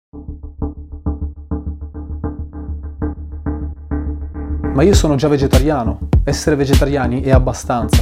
Ma io sono già vegetariano, essere vegetariani è abbastanza.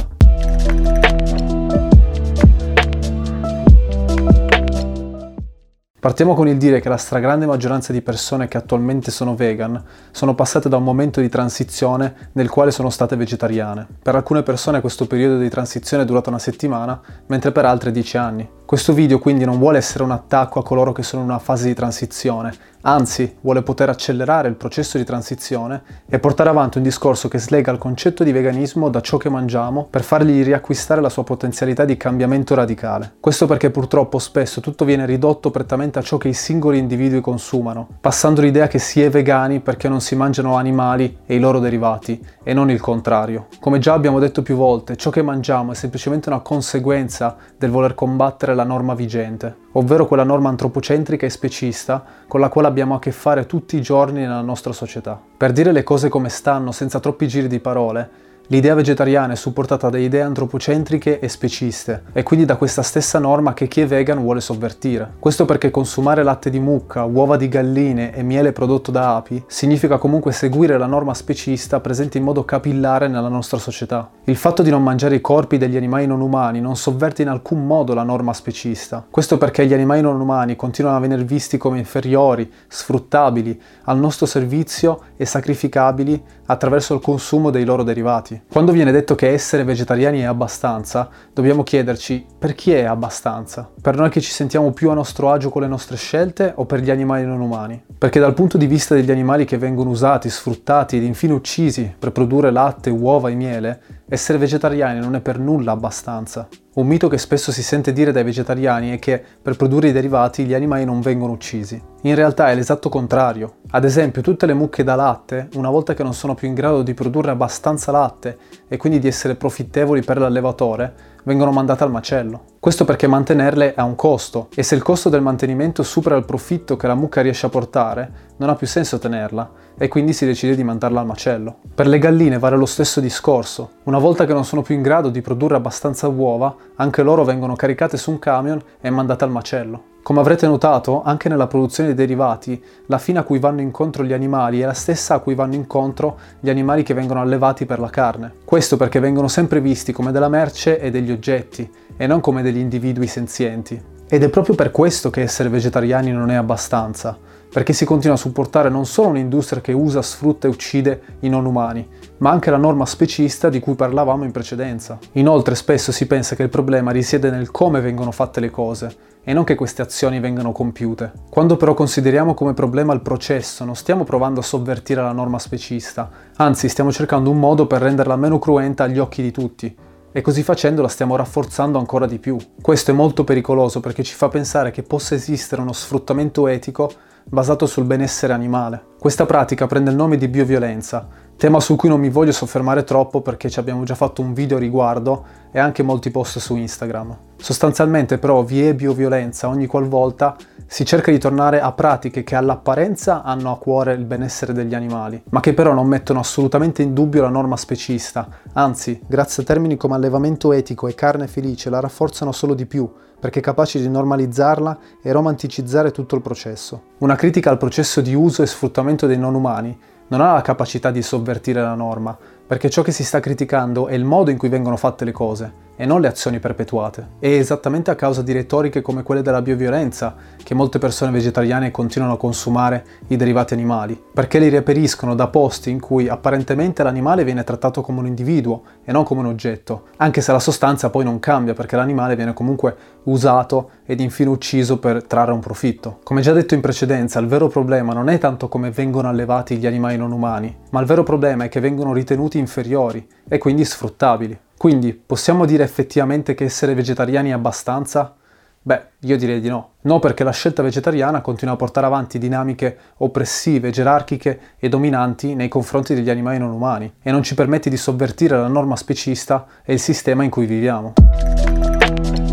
Partiamo con il dire che la stragrande maggioranza di persone che attualmente sono vegan sono passate da un momento di transizione nel quale sono state vegetariane. Per alcune persone questo periodo di transizione è durato una settimana, mentre per altre 10 anni. Questo video quindi non vuole essere un attacco a coloro che sono in una fase di transizione, anzi vuole poter accelerare il processo di transizione e portare avanti un discorso che slega il concetto di veganismo da ciò che mangiamo per fargli riacquistare la sua potenzialità di cambiamento radicale. Questo perché purtroppo spesso tutto viene ridotto prettamente a ciò che i singoli individui consumano, passando l'idea che si è vegani perché non si mangiano animali e i loro derivati, e non il contrario. Come già abbiamo detto più volte, ciò che mangiamo è semplicemente una conseguenza del voler combattere la norma vigente, ovvero quella norma antropocentrica e specista con la quale abbiamo a che fare tutti i giorni nella nostra società. Per dire le cose come stanno, senza troppi giri di parole, l'idea vegetariana è supportata da idee antropocentriche e speciste, e quindi da questa stessa norma che chi è vegan vuole sovvertire. Questo perché consumare latte di mucca, uova di galline e miele prodotto da api significa comunque seguire la norma specista presente in modo capillare nella nostra società. Il fatto di non mangiare i corpi degli animali non umani non sovverte in alcun modo la norma specista. Questo perché gli animali non umani continuano a venire visti come inferiori, sfruttabili, al nostro servizio e sacrificabili attraverso il consumo dei loro derivati. Quando viene detto che essere vegetariani è abbastanza, dobbiamo chiederci per chi è abbastanza? Per noi che ci sentiamo più a nostro agio con le nostre scelte o per gli animali non umani? Perché dal punto di vista degli animali che vengono usati, sfruttati ed infine uccisi per produrre latte, uova e miele, essere vegetariani non è per nulla abbastanza. Un mito che spesso si sente dire dai vegetariani è che per produrre i derivati gli animali non vengono uccisi. In realtà è l'esatto contrario. Ad esempio, tutte le mucche da latte, una volta che non sono più in grado di produrre abbastanza latte e quindi di essere profittevoli per l'allevatore, vengono mandate al macello. Questo perché mantenerle ha un costo, e se il costo del mantenimento supera il profitto che la mucca riesce a portare, non ha più senso tenerla, e quindi si decide di mandarla al macello. Per le galline vale lo stesso discorso. Una volta che non sono più in grado di produrre abbastanza uova, anche loro vengono caricate su un camion e mandate al macello. Come avrete notato, anche nella produzione dei derivati, la fine a cui vanno incontro gli animali è la stessa a cui vanno incontro gli animali che vengono allevati per la carne. Questo perché vengono sempre visti come della merce e degli oggetti, e non come degli individui senzienti. Ed è proprio per questo che essere vegetariani non è abbastanza, perché si continua a supportare non solo un'industria che usa, sfrutta e uccide i non umani, ma anche la norma specista di cui parlavamo in precedenza. Inoltre spesso si pensa che il problema risiede nel come vengono fatte le cose, e non che queste azioni vengano compiute. Quando però consideriamo come problema il processo, non stiamo provando a sovvertire la norma specista, anzi stiamo cercando un modo per renderla meno cruenta agli occhi di tutti, e così facendo la stiamo rafforzando ancora di più. Questo è molto pericoloso perché ci fa pensare che possa esistere uno sfruttamento etico basato sul benessere animale. Questa pratica prende il nome di bioviolenza, tema su cui non mi voglio soffermare troppo perché ci abbiamo già fatto un video a riguardo e anche molti post su Instagram. Sostanzialmente però vi è bioviolenza ogni qualvolta si cerca di tornare a pratiche che all'apparenza hanno a cuore il benessere degli animali, ma che però non mettono assolutamente in dubbio la norma specista, anzi, grazie a termini come allevamento etico e carne felice la rafforzano solo di più, perché capaci di normalizzarla e romanticizzare tutto il processo. Una critica al processo di uso e sfruttamento dei non umani non ha la capacità di sovvertire la norma, perché ciò che si sta criticando è il modo in cui vengono fatte le cose, e non le azioni perpetuate. È esattamente a causa di retoriche come quelle della bioviolenza che molte persone vegetariane continuano a consumare i derivati animali, perché li reperiscono da posti in cui apparentemente l'animale viene trattato come un individuo e non come un oggetto, anche se la sostanza poi non cambia perché l'animale viene comunque usato ed infine ucciso per trarre un profitto. Come già detto in precedenza, il vero problema non è tanto come vengono allevati gli animali non umani, ma il vero problema è che vengono ritenuti inferiori e quindi sfruttabili. Quindi, possiamo dire effettivamente che essere vegetariani è abbastanza? Beh, io direi di no. No, perché la scelta vegetariana continua a portare avanti dinamiche oppressive, gerarchiche e dominanti nei confronti degli animali non umani e non ci permette di sovvertire la norma specista e il sistema in cui viviamo.